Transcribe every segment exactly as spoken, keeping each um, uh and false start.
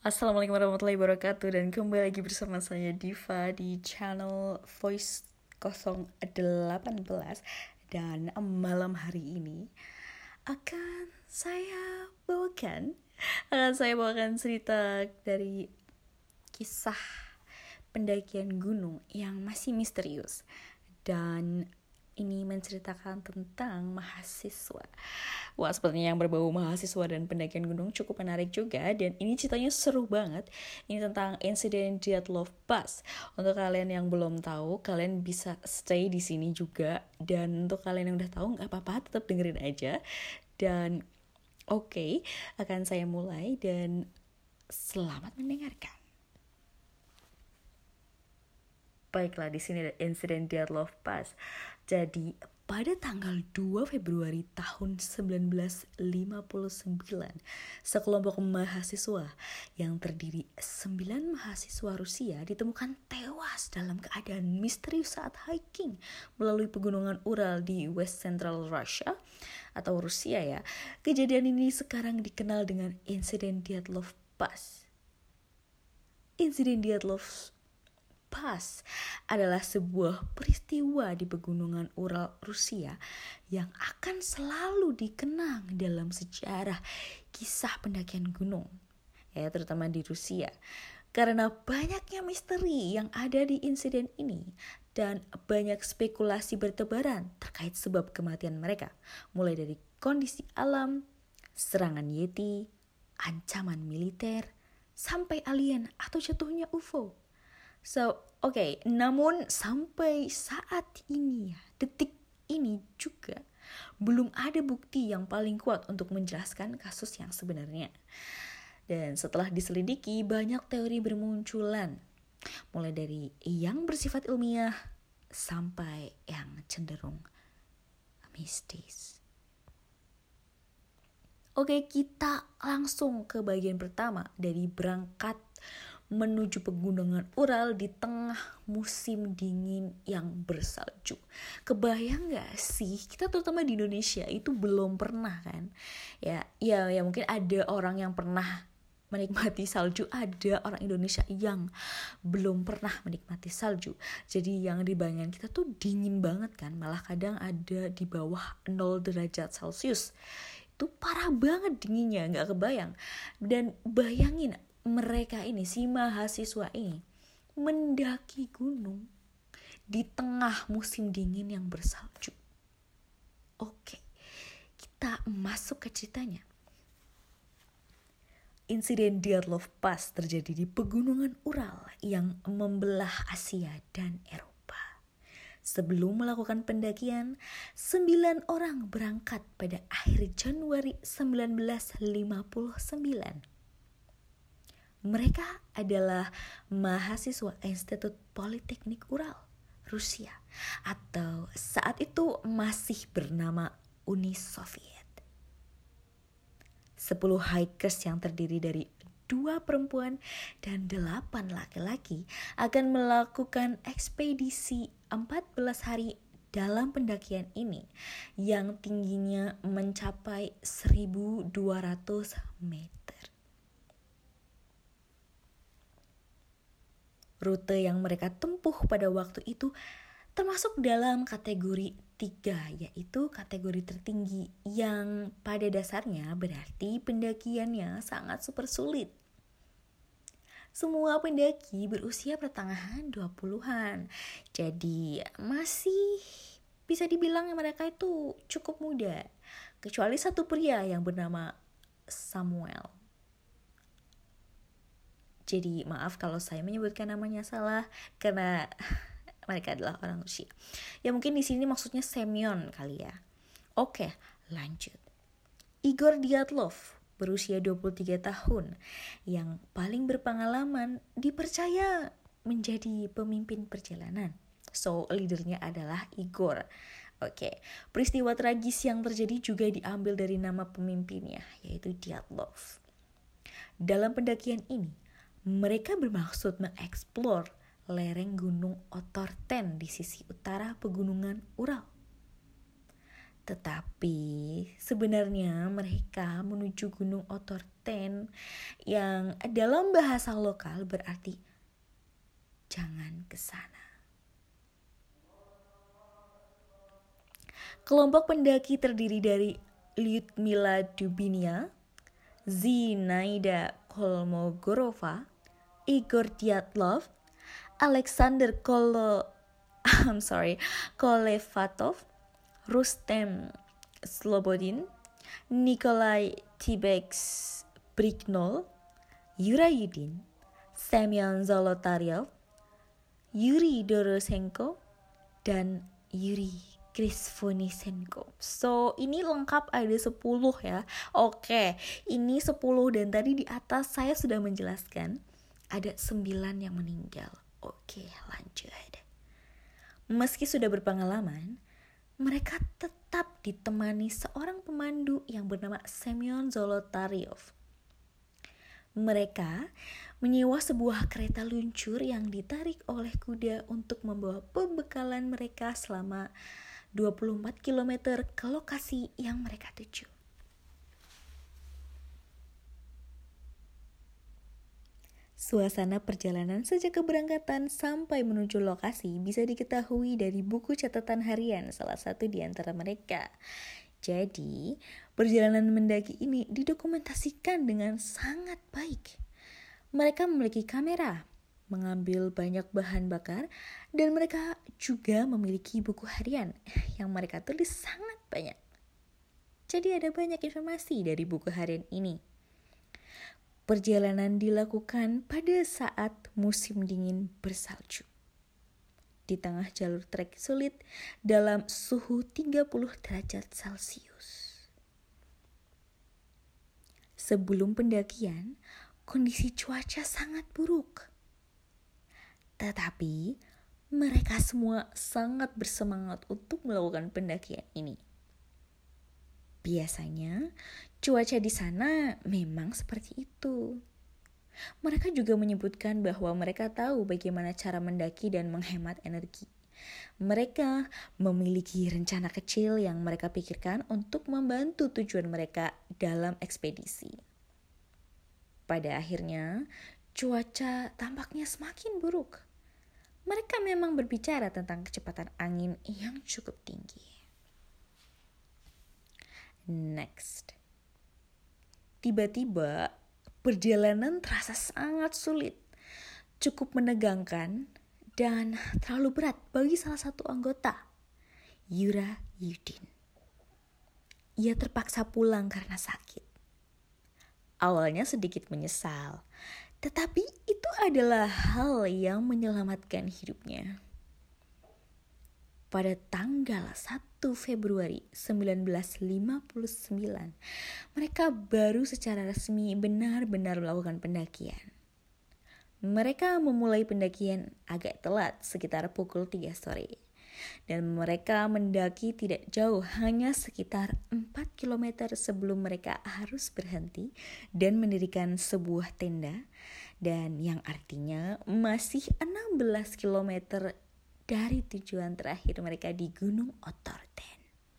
Assalamualaikum warahmatullahi wabarakatuh. Dan kembali lagi bersama saya Diva di channel Voice nol delapan belas. Dan malam hari ini akan saya bawakan Akan saya bawakan cerita dari kisah pendakian gunung yang masih misterius. Dan ini menceritakan tentang mahasiswa. Wah, sepertinya yang berbau mahasiswa dan pendakian gunung cukup menarik juga. Dan ini ceritanya seru banget. Ini tentang insiden Dyatlov Pass. Untuk kalian yang belum tahu, kalian bisa stay di sini juga. Dan untuk kalian yang udah tahu, gak apa-apa, tetap dengerin aja. Dan oke, okay, akan saya mulai dan selamat mendengarkan. Baiklah, di sini ada insiden Dyatlov Pass. Jadi, pada tanggal dua Februari tahun seribu sembilan ratus lima puluh sembilan, sekelompok mahasiswa yang terdiri sembilan mahasiswa Rusia ditemukan tewas dalam keadaan misterius saat hiking melalui pegunungan Ural di West Central Russia atau Rusia ya. Kejadian ini sekarang dikenal dengan insiden Dyatlov Pass. Insiden Dyatlov Pass adalah sebuah peristiwa di pegunungan Ural Rusia yang akan selalu dikenang dalam sejarah kisah pendakian gunung, ya terutama di Rusia. Karena banyaknya misteri yang ada di insiden ini dan banyak spekulasi bertebaran terkait sebab kematian mereka, mulai dari kondisi alam, serangan Yeti, ancaman militer, sampai alien atau jatuhnya U F O. So, oke, okay. Namun sampai saat ini, detik ini juga, belum ada bukti yang paling kuat untuk menjelaskan kasus yang sebenarnya. Dan setelah diselidiki, banyak teori bermunculan. Mulai dari yang bersifat ilmiah, sampai yang cenderung mistis. Oke, kita langsung ke bagian pertama dari berangkat menuju pegunungan Ural di tengah musim dingin yang bersalju. Kebayang gak sih, kita terutama di Indonesia itu belum pernah kan? Ya, ya, ya mungkin ada orang yang pernah menikmati salju, ada orang Indonesia yang belum pernah menikmati salju. Jadi yang di bayangan kita tuh dingin banget kan, malah kadang ada di bawah nol derajat Celcius. Itu parah banget dinginnya, gak kebayang. Dan bayangin, mereka ini, si mahasiswa ini, mendaki gunung di tengah musim dingin yang bersalju. Oke, kita masuk ke ceritanya. Insiden Dyatlov Pass terjadi di pegunungan Ural yang membelah Asia dan Eropa. Sebelum melakukan pendakian, sembilan orang berangkat pada akhir Januari seribu sembilan ratus lima puluh sembilan. Mereka adalah mahasiswa Institut Politeknik Ural, Rusia, atau saat itu masih bernama Uni Soviet. Sepuluh hikers yang terdiri dari dua perempuan dan delapan laki-laki akan melakukan ekspedisi empat belas hari dalam pendakian ini yang tingginya mencapai seribu dua ratus meter. Rute yang mereka tempuh pada waktu itu termasuk dalam kategori tiga, yaitu kategori tertinggi yang pada dasarnya berarti pendakiannya sangat super sulit. Semua pendaki berusia pertengahan dua puluhan, jadi masih bisa dibilang mereka itu cukup muda, kecuali satu pria yang bernama Samuel. Jadi maaf kalau saya menyebutkan namanya salah karena mereka adalah orang Rusia. Ya mungkin di sini maksudnya Semyon kali ya. Oke, lanjut. Igor Dyatlov berusia dua puluh tiga tahun yang paling berpengalaman dipercaya menjadi pemimpin perjalanan. So, leadernya adalah Igor. Oke, peristiwa tragis yang terjadi juga diambil dari nama pemimpinnya, yaitu Dyatlov. Dalam pendakian ini, mereka bermaksud mengeksplor lereng gunung Otorten di sisi utara pegunungan Ural. Tetapi sebenarnya mereka menuju Gunung Otorten yang dalam bahasa lokal berarti jangan ke sana. Kelompok pendaki terdiri dari Lyudmila Dubinia, Zinaida Kolmogorova, Igor Dyatlov, Alexander Kolo I'm sorry, Kolevatov, Rustem Slobodin, Nikolai Tibex Briknol, Yurayudin, Semyon Zolotaryov, Yuri Dorosenko, dan Yuri Krisvonisenko. So, ini lengkap ada sepuluh ya. Oke, ini sepuluh dan tadi di atas saya sudah menjelaskan ada sembilan yang meninggal. Oke, lanjut. Meski sudah berpengalaman, mereka tetap ditemani seorang pemandu yang bernama Semyon Zolotaryov. Mereka menyewa sebuah kereta luncur yang ditarik oleh kuda untuk membawa pembekalan mereka selama dua puluh empat kilometer ke lokasi yang mereka tuju. Suasana perjalanan sejak keberangkatan sampai menuju lokasi bisa diketahui dari buku catatan harian salah satu di antara mereka. Jadi, perjalanan mendaki ini didokumentasikan dengan sangat baik. Mereka memiliki kamera, mengambil banyak bahan bakar, dan mereka juga memiliki buku harian yang mereka tulis sangat banyak. Jadi ada banyak informasi dari buku harian ini. Perjalanan dilakukan pada saat musim dingin bersalju. Di tengah jalur trek sulit dalam suhu tiga puluh derajat Celcius. Sebelum pendakian, kondisi cuaca sangat buruk. Tetapi mereka semua sangat bersemangat untuk melakukan pendakian ini. Biasanya, cuaca di sana memang seperti itu. Mereka juga menyebutkan bahwa mereka tahu bagaimana cara mendaki dan menghemat energi. Mereka memiliki rencana kecil yang mereka pikirkan untuk membantu tujuan mereka dalam ekspedisi. Pada akhirnya, cuaca tampaknya semakin buruk. Mereka memang berbicara tentang kecepatan angin yang cukup tinggi. Next. Tiba-tiba perjalanan terasa sangat sulit, cukup menegangkan, dan terlalu berat bagi salah satu anggota, Yurayudin. Ia terpaksa pulang karena sakit. Awalnya sedikit menyesal, tetapi itu adalah hal yang menyelamatkan hidupnya. Pada tanggal satu Februari seribu sembilan ratus lima puluh sembilan, mereka baru secara resmi benar-benar melakukan pendakian. Mereka memulai pendakian agak telat, sekitar pukul tiga sore. Dan mereka mendaki tidak jauh, hanya sekitar empat kilometer sebelum mereka harus berhenti dan mendirikan sebuah tenda. Dan yang artinya masih enam belas kilometer dari tujuan terakhir mereka di Gunung Otorten.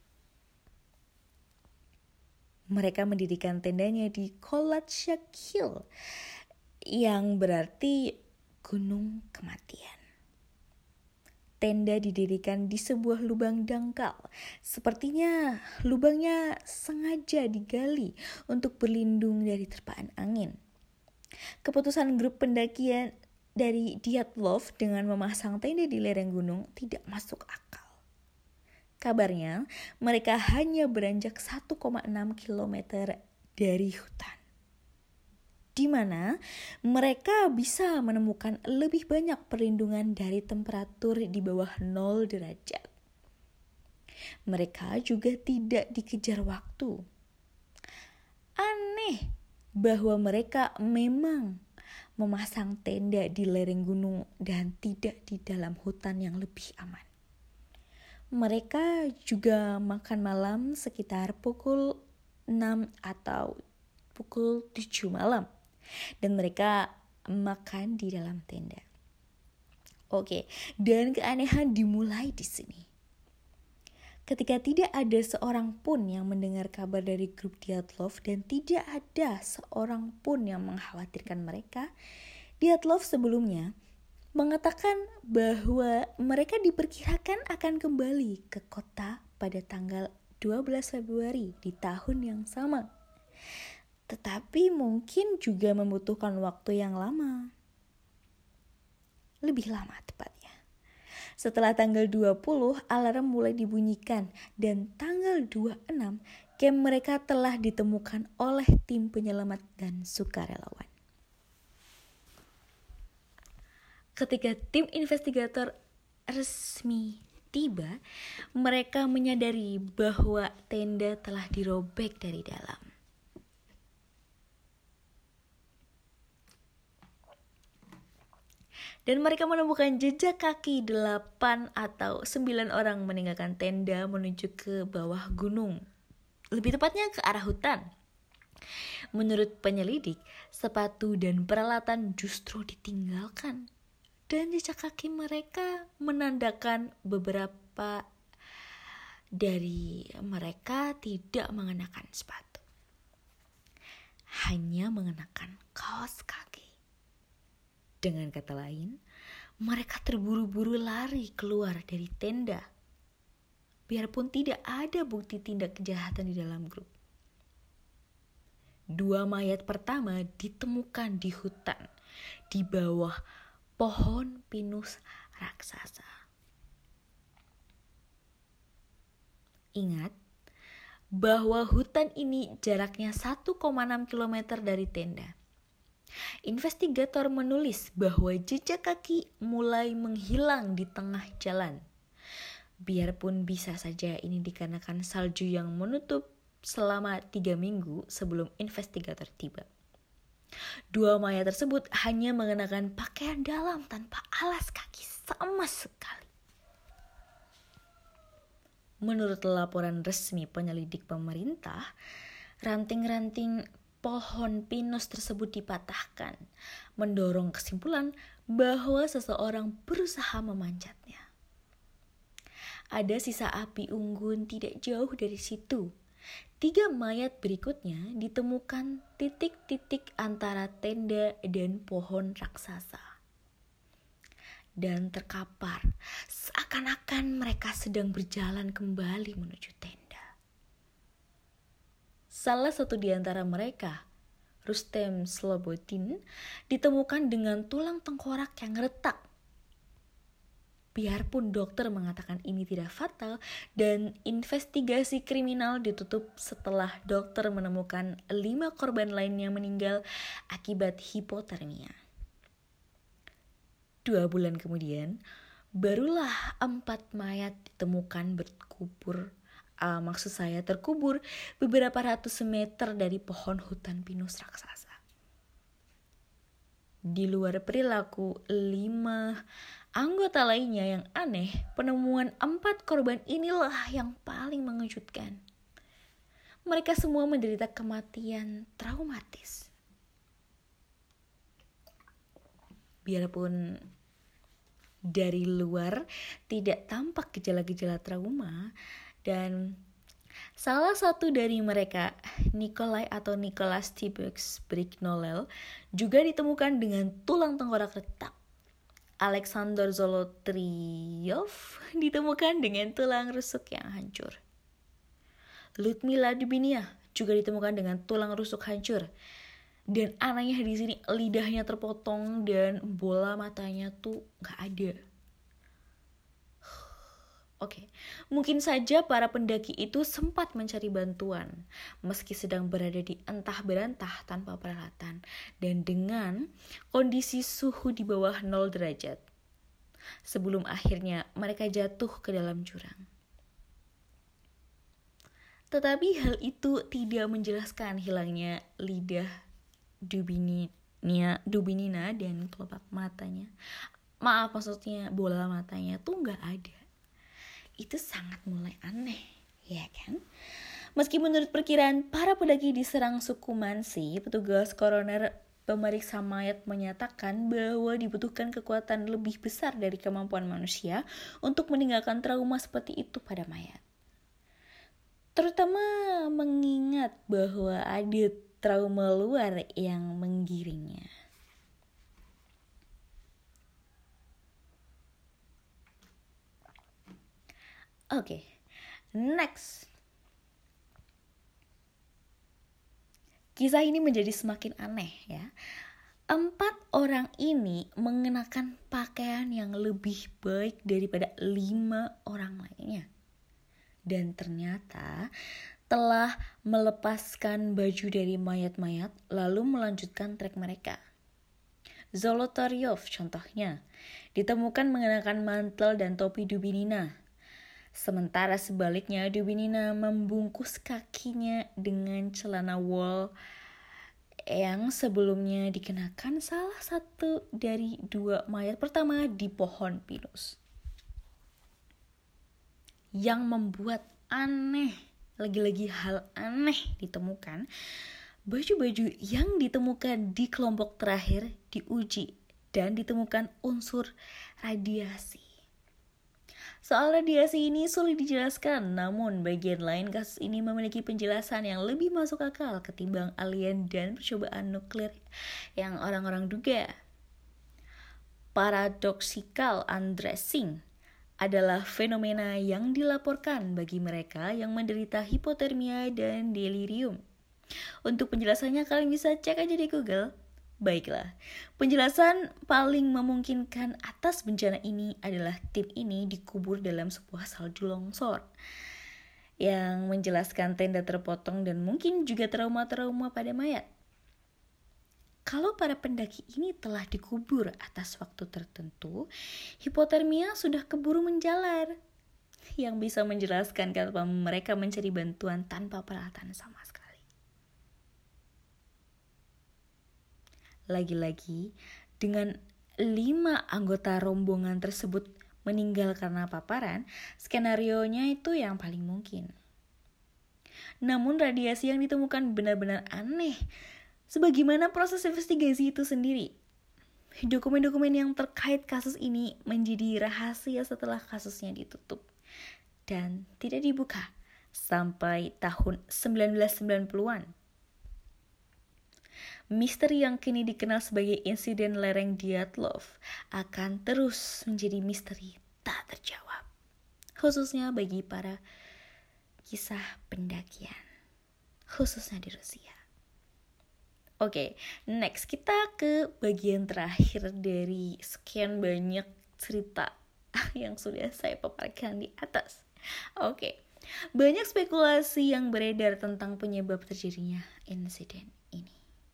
Mereka mendirikan tendanya di Kolatchak Hill, yang berarti Gunung Kematian. Tenda didirikan di sebuah lubang dangkal. Sepertinya lubangnya sengaja digali untuk berlindung dari terpaan angin. Keputusan grup pendakian dari Dyatlov dengan memasang tenda di lereng gunung tidak masuk akal. Kabarnya, mereka hanya beranjak satu koma enam kilometer dari hutan, di mana mereka bisa menemukan lebih banyak perlindungan dari temperatur di bawah nol derajat. Mereka juga tidak dikejar waktu. Aneh bahwa mereka memang memasang tenda di lereng gunung dan tidak di dalam hutan yang lebih aman. Mereka juga makan malam sekitar pukul enam atau pukul tujuh malam. Dan mereka makan di dalam tenda. Oke, dan keanehan dimulai di sini. Ketika tidak ada seorang pun yang mendengar kabar dari grup Dyatlov dan tidak ada seorang pun yang mengkhawatirkan mereka, Dyatlov sebelumnya mengatakan bahwa mereka diperkirakan akan kembali ke kota pada tanggal dua belas Februari di tahun yang sama. Tetapi mungkin juga membutuhkan waktu yang lama. Lebih lama tepatnya. Setelah tanggal dua puluh, alarm mulai dibunyikan dan tanggal dua puluh enam, camp mereka telah ditemukan oleh tim penyelamat dan sukarelawan. Ketika tim investigator resmi tiba, mereka menyadari bahwa tenda telah dirobek dari dalam. Dan mereka menemukan jejak kaki delapan atau sembilan orang meninggalkan tenda menuju ke bawah gunung. Lebih tepatnya ke arah hutan. Menurut penyelidik, sepatu dan peralatan justru ditinggalkan. Dan jejak kaki mereka menandakan beberapa dari mereka tidak mengenakan sepatu. Hanya mengenakan kaos kaki. Dengan kata lain, mereka terburu-buru lari keluar dari tenda. Biarpun tidak ada bukti tindak kejahatan di dalam grup. Dua mayat pertama ditemukan di hutan, di bawah pohon pinus raksasa. Ingat bahwa hutan ini jaraknya satu koma enam kilometer dari tenda. Investigator menulis bahwa jejak kaki mulai menghilang di tengah jalan. Biarpun bisa saja ini dikarenakan salju yang menutup selama tiga minggu sebelum investigator tiba. Dua mayat tersebut hanya mengenakan pakaian dalam tanpa alas kaki sama sekali. Menurut laporan resmi penyelidik pemerintah, ranting-ranting pohon pinus tersebut dipatahkan, mendorong kesimpulan bahwa seseorang berusaha memanjatnya. Ada sisa api unggun tidak jauh dari situ. Tiga mayat berikutnya ditemukan titik-titik antara tenda dan pohon raksasa. Dan terkapar, seakan-akan mereka sedang berjalan kembali menuju tenda. Salah satu di antara mereka, Rustem Slobodin, ditemukan dengan tulang tengkorak yang retak. Biarpun dokter mengatakan ini tidak fatal dan investigasi kriminal ditutup setelah dokter menemukan lima korban lain yang meninggal akibat hipotermia. Dua bulan kemudian, barulah empat mayat ditemukan berkubur Uh, maksud saya terkubur beberapa ratus meter dari pohon hutan pinus raksasa. Di luar perilaku lima anggota lainnya yang aneh, penemuan empat korban inilah yang paling mengejutkan. Mereka semua menderita kematian traumatis. Biarpun dari luar tidak tampak gejala-gejala trauma, dan salah satu dari mereka, Nikolai atau Nicholas Tiburks Brignolel, juga ditemukan dengan tulang tengkorak retak. Alexander Zolotriov ditemukan dengan tulang rusuk yang hancur. Ludmila Dubinia juga ditemukan dengan tulang rusuk hancur. Dan anehnya di sini lidahnya terpotong dan bola matanya tuh nggak ada. Oke, mungkin saja para pendaki itu sempat mencari bantuan meski sedang berada di entah berantah tanpa peralatan dan dengan kondisi suhu di bawah nol derajat sebelum akhirnya mereka jatuh ke dalam jurang. Tetapi hal itu tidak menjelaskan hilangnya lidah Dubinina, Dubinina dan kelopak matanya. Maaf, maksudnya bola matanya tuh nggak ada. Itu sangat mulai aneh, ya kan? Meski menurut perkiraan para pendaki diserang suku Mansi, petugas koroner pemeriksa mayat menyatakan bahwa dibutuhkan kekuatan lebih besar dari kemampuan manusia untuk meninggalkan trauma seperti itu pada mayat. terutama mengingat bahwa ada trauma luar yang menggiringnya. Oke, okay. Next. Kisah ini menjadi semakin aneh ya. Empat orang ini mengenakan pakaian yang lebih baik daripada lima orang lainnya. Dan ternyata telah melepaskan baju dari mayat-mayat lalu melanjutkan trek mereka. Zolotaryov contohnya ditemukan mengenakan mantel dan topi Dubinina. Sementara sebaliknya Dubinina membungkus kakinya dengan celana wol yang sebelumnya dikenakan salah satu dari dua mayat pertama di pohon pinus. Yang membuat aneh, lagi-lagi hal aneh ditemukan, baju-baju yang ditemukan di kelompok terakhir diuji dan ditemukan unsur radiasi. Soal radiasi ini sulit dijelaskan, namun bagian lain kasus ini memiliki penjelasan yang lebih masuk akal ketimbang alien dan percobaan nuklir yang orang-orang duga. Paradoxical undressing adalah fenomena yang dilaporkan bagi mereka yang menderita hipotermia dan delirium. Untuk penjelasannya kalian bisa cek aja di Google. Baiklah, penjelasan paling memungkinkan atas bencana ini adalah tim ini dikubur dalam sebuah salju longsor yang menjelaskan tenda terpotong dan mungkin juga trauma-trauma pada mayat. Kalau para pendaki ini telah dikubur atas waktu tertentu, hipotermia sudah keburu menjalar, yang bisa menjelaskan kenapa mereka mencari bantuan tanpa peralatan sama sekali. Lagi-lagi, dengan lima anggota rombongan tersebut meninggal karena paparan, skenarionya itu yang paling mungkin. Namun radiasi yang ditemukan benar-benar aneh, sebagaimana proses investigasi itu sendiri. Dokumen-dokumen yang terkait kasus ini menjadi rahasia setelah kasusnya ditutup dan tidak dibuka sampai tahun sembilan belas sembilan puluhan. Misteri yang kini dikenal sebagai insiden lereng Dyatlov akan terus menjadi misteri tak terjawab, khususnya bagi para kisah pendakian, khususnya di Rusia. Oke, okay, next kita ke bagian terakhir dari sekian banyak cerita yang sudah saya paparkan di atas. Oke, okay. Banyak spekulasi yang beredar tentang penyebab terjadinya insiden ini.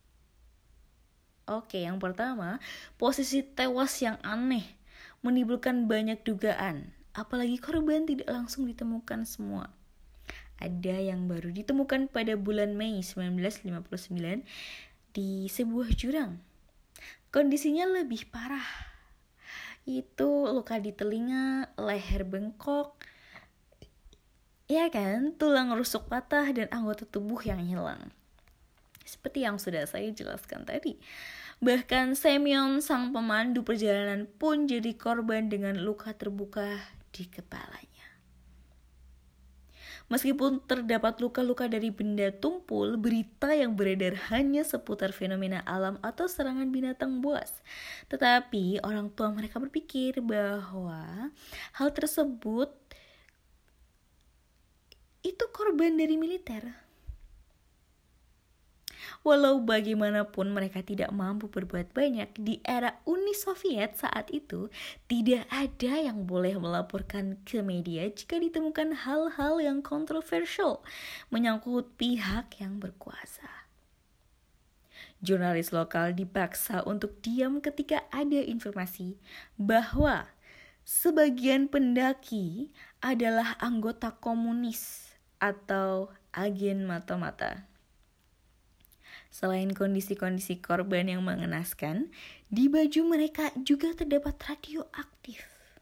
Oke, yang pertama, posisi tewas yang aneh menimbulkan banyak dugaan, apalagi korban tidak langsung ditemukan semua. Ada yang baru ditemukan pada bulan Mei sembilan belas lima puluh sembilan di sebuah jurang. Kondisinya lebih parah. Itu luka di telinga, leher bengkok, ya kan, tulang rusuk patah dan anggota tubuh yang hilang. Seperti yang sudah saya jelaskan tadi. Bahkan Semyon, sang pemandu perjalanan pun jadi korban dengan luka terbuka di kepalanya. Meskipun terdapat luka-luka dari benda tumpul, berita yang beredar hanya seputar fenomena alam atau serangan binatang buas. Tetapi orang tua mereka berpikir bahwa hal tersebut itu korban dari militer. Walau bagaimanapun mereka tidak mampu berbuat banyak, di era Uni Soviet saat itu tidak ada yang boleh melaporkan ke media jika ditemukan hal-hal yang kontroversial menyangkut pihak yang berkuasa. Jurnalis lokal dipaksa untuk diam ketika ada informasi bahwa sebagian pendaki adalah anggota komunis atau agen mata-mata. Selain kondisi-kondisi korban yang mengenaskan, di baju mereka juga terdapat radioaktif.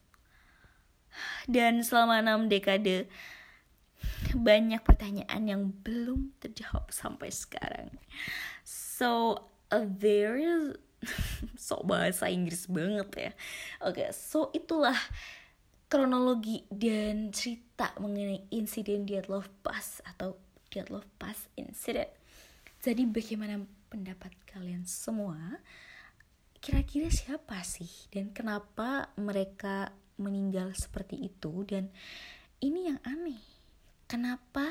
Dan selama enam dekade, banyak pertanyaan yang belum terjawab sampai sekarang. So, uh, there is... so bahasa Inggris banget ya. Oke, okay, so itulah kronologi dan cerita mengenai insiden Dyatlov Pass atau Dyatlov Pass Incident. Jadi bagaimana pendapat kalian semua? Kira-kira siapa sih dan kenapa mereka meninggal seperti itu? Dan ini yang aneh, kenapa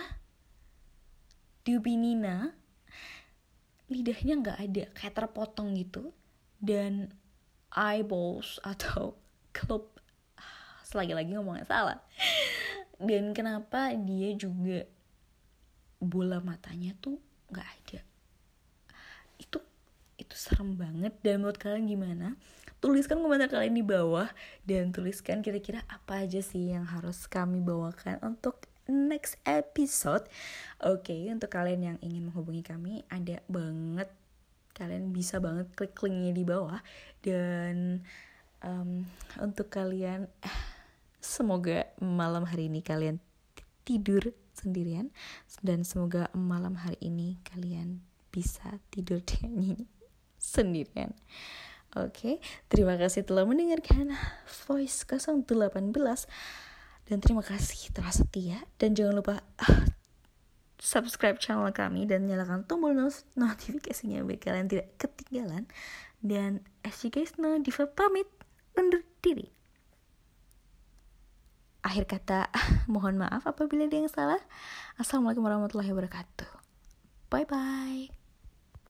Dubinina lidahnya gak ada, kayak terpotong gitu, dan eyeballs atau klub, selagi-lagi ngomongnya salah, dan kenapa dia juga bola matanya tuh gak ada. Itu itu serem banget. Dan menurut kalian gimana? Tuliskan komentar kalian di bawah, dan tuliskan kira-kira apa aja sih yang harus kami bawakan untuk next episode. Oke, okay, untuk kalian yang ingin menghubungi kami, ada banget, kalian bisa banget klik linknya di bawah. Dan um, untuk kalian, semoga malam hari ini kalian tidur sendirian, dan semoga malam hari ini kalian bisa tidur dengan nyanyi sendirian. Oke, okay, terima kasih telah mendengarkan Voice nol satu delapan, dan terima kasih telah setia, dan jangan lupa uh, subscribe channel kami dan nyalakan tombol notifikasinya biar kalian tidak ketinggalan. Dan as you guys know, Diva pamit undur diri. Akhir kata, mohon maaf apabila ada yang salah. Assalamualaikum warahmatullahi wabarakatuh. Bye bye.